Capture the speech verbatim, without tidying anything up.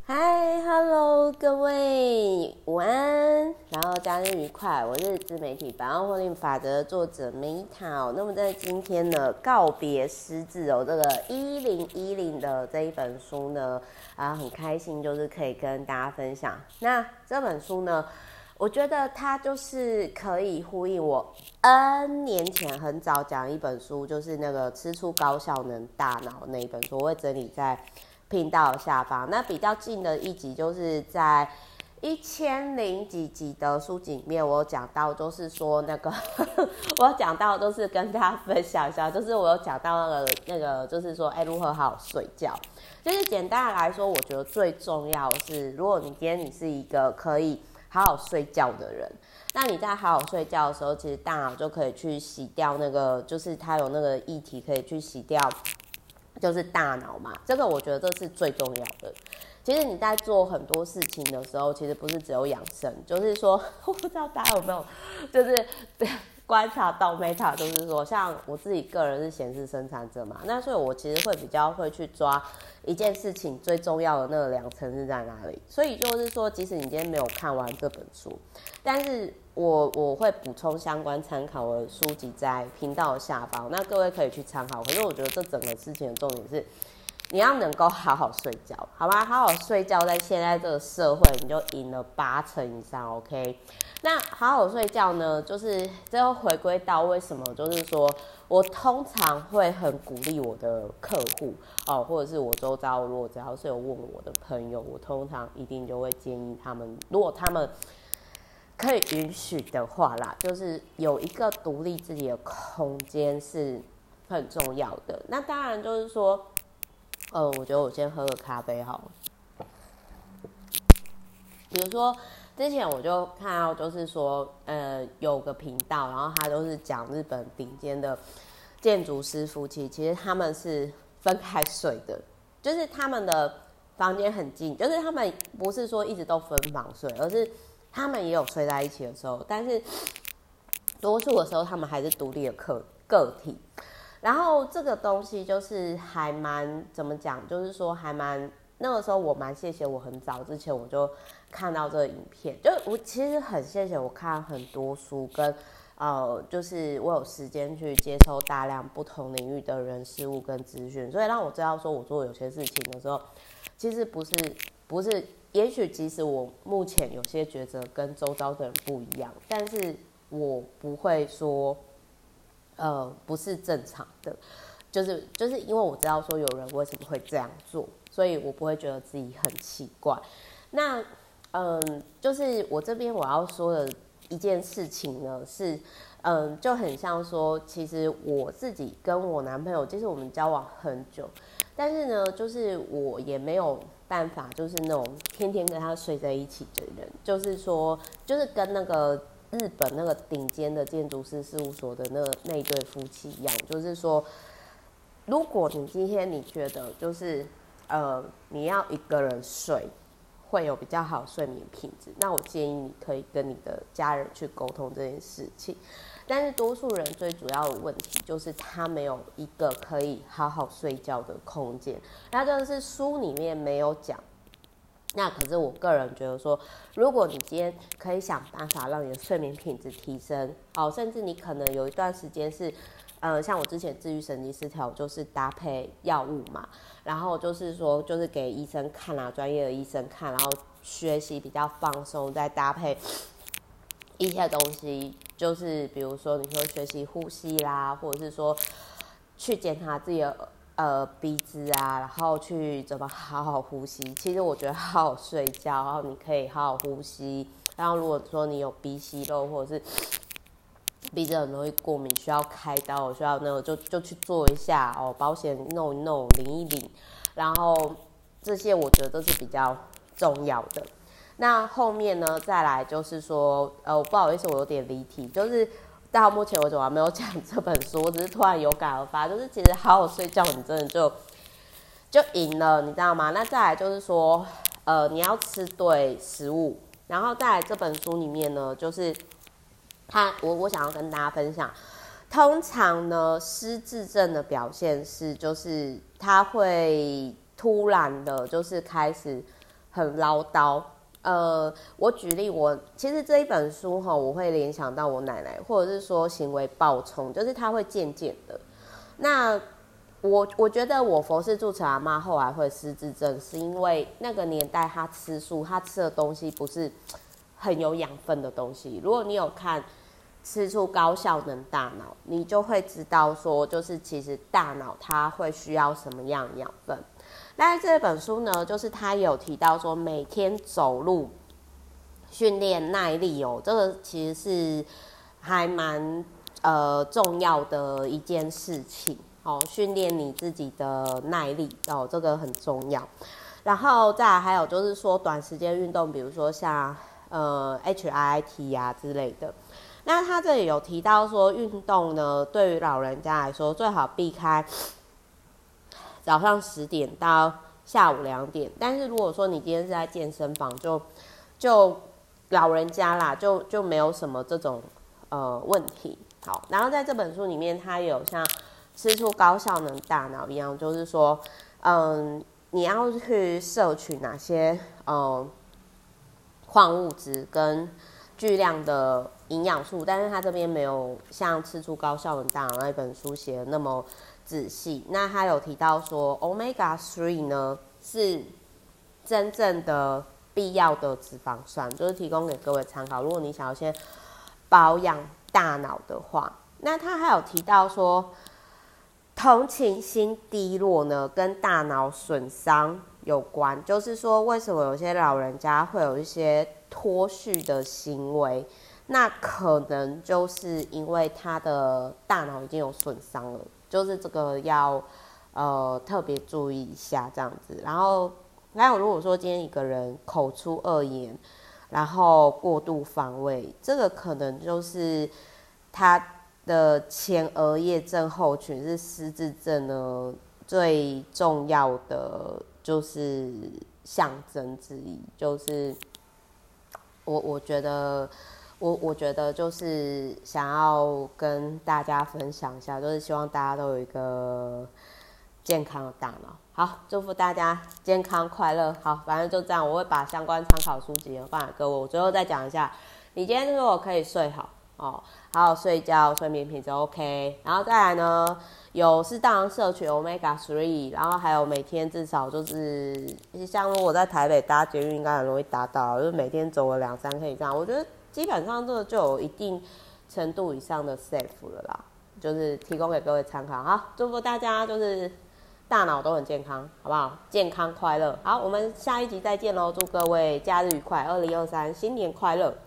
嗨，Hello，各位午安，然后假日愉快。我是自媒体百万获利法则的作者 Meta。那么在今天呢，告别失智哦，这个一零一零的这一本书呢，啊，很开心就是可以跟大家分享。那这本书呢，我觉得它就是可以呼应我 N 年前很早讲一本书，就是那个吃出高效能大脑那一本书，我会整理在频道下方。那比较近的一集就是在一千零几集的书籍里面，我有讲到，就是说那个我有讲到，就是跟大家分享一下，就是我有讲到那个那个，就是说，哎，如何好好睡觉。就是简单的来说，我觉得最重要的是，如果你今天你是一个可以好好睡觉的人，那你在好好睡觉的时候，其实大脑就可以去洗掉那个，就是它有那个液体可以去洗掉。就是大脑嘛，这个我觉得这是最重要的。其实你在做很多事情的时候，其实不是只有养生，就是说，我不知道大家有没有，就是观察到 Meta， 就是说，像我自己个人是显示生产者嘛，那所以我其实会比较会去抓一件事情最重要的那个两层是在哪里。所以就是说，即使你今天没有看完这本书，但是我我会补充相关参考的书籍在频道的下方，那各位可以去参考。可是我觉得这整个事情的重点是，你要能够好好睡觉，好吗？好好睡觉，在现在这个社会，你就赢了八成以上 ，OK？ 那好好睡觉呢，就是最后回归到为什么，就是说我通常会很鼓励我的客户哦，或者是我周遭如果只要是有问我的朋友，我通常一定就会建议他们，如果他们可以允许的话啦，就是有一个独立自己的空间是很重要的。那当然就是说，呃，我觉得我先喝个咖啡好了。比如说，之前我就看到，就是说，呃，有个频道，然后他都是讲日本顶尖的建筑师夫妻，其实他们是分开睡的，就是他们的房间很近，就是他们不是说一直都分房睡，而是他们也有睡在一起的时候，但是多数的时候他们还是独立的个个体。然后这个东西就是还蛮怎么讲，就是说还蛮那个时候我蛮谢谢我很早之前我就看到这个影片，就我其实很谢谢我看很多书跟呃，就是我有时间去接收大量不同领域的人事物跟资讯，所以让我知道说我做有些事情的时候，其实不是不是，也许即使我目前有些抉择跟周遭的人不一样，但是我不会说。呃，不是正常的，就是就是因为我知道说有人为什么会这样做，所以我不会觉得自己很奇怪。那嗯，就是我这边我要说的一件事情呢，是嗯，就很像说，其实我自己跟我男朋友，其实我们交往很久，但是呢，就是我也没有办法，就是那种天天跟他睡在一起的人，就是说，就是跟那个。日本那个顶尖的建筑师事务所的那那一对夫妻一样，就是说，如果你今天你觉得就是呃你要一个人睡会有比较好睡眠品质，那我建议你可以跟你的家人去沟通这件事情。但是多数人最主要的问题就是他没有一个可以好好睡觉的空间，那这个是书里面没有讲。那可是我个人觉得说，如果你今天可以想办法让你的睡眠品质提升，好，甚至你可能有一段时间是，呃，像我之前治愈神经失调，就是搭配药物嘛，然后就是说，就是给医生看啊，专业的医生看，然后学习比较放松，再搭配一些东西，就是比如说你说学习呼吸啦，或者是说去检查自己的。呃，鼻子啊，然后去怎么好好呼吸。其实我觉得好好睡觉，然后你可以好好呼吸。然后如果说你有鼻息肉，或者是鼻子很容易过敏，需要开刀，需要那个就就去做一下哦，保险弄一弄，领一领。然后这些我觉得都是比较重要的。那后面呢，再来就是说，呃，不好意思，我有点离题，就是。到目前为止我还没有讲这本书，我只是突然有感而发，就是其实好好睡觉，你真的就就赢了，你知道吗？那再来就是说，呃，你要吃对食物，然后再来这本书里面呢，就是他我我想要跟大家分享，通常呢，失智症的表现是，就是他会突然的，就是开始很唠叨。呃，我举例我，我其实这一本书哈，我会联想到我奶奶，或者是说行为暴冲，就是她会渐渐的。那我我觉得我佛氏住持阿嬷后来会失智症，是因为那个年代她吃素，她吃的东西不是很有养分的东西。如果你有看吃出高效能大脑，你就会知道说，就是其实大脑它会需要什么样的养分。那这本书呢，就是他有提到说，每天走路训练耐力哦，这个其实是还蛮呃重要的一件事情哦，训练你自己的耐力哦，这个很重要。然后再来还有就是说短时间运动，比如说像呃 H I I T 啊之类的。那他这里有提到说，运动呢对于老人家来说，最好避开早上十点到下午两点，但是如果说你今天是在健身房，就就老人家啦，就就没有什么这种呃问题。好，然后在这本书里面，它有像吃出高效能大脑一样，就是说，嗯，你要去摄取哪些呃矿物质跟巨量的营养素，但是它这边没有像吃出高效能大脑那一本书写的那么仔细。那他有提到说 omega 三 呢是真正的必要的脂肪酸，就是提供给各位参考。如果你想要先保养大脑的话，那他还有提到说，同情心低落呢跟大脑损伤有关，就是说为什么有些老人家会有一些脱序的行为，那可能就是因为他的大脑已经有损伤了，就是这个要呃特别注意一下这样子。然后还有如果说今天一个人口出恶言，然后过度防卫，这个可能就是他的前额叶症候群是失智症呢最重要的就是象征之一，就是我我觉得我我觉得就是想要跟大家分享一下，就是希望大家都有一个健康的大脑。好，祝福大家健康快乐。好，反正就这样，我会把相关参考书籍放给各位。我最后再讲一下，你今天如果可以睡好哦，好好睡觉，睡眠品质 OK， 然后再来呢，有适当摄取 omega 三， 然后还有每天至少就是像我在台北搭捷运应该很容易搭到，就是每天走个两三 K 这样，我觉得基本上这个就有一定程度以上的 safe 了啦，就是提供给各位参考。好，祝福大家就是大脑都很健康，好不好？健康快乐。好，我们下一集再见喽！祝各位假日愉快，二零二三新年快乐！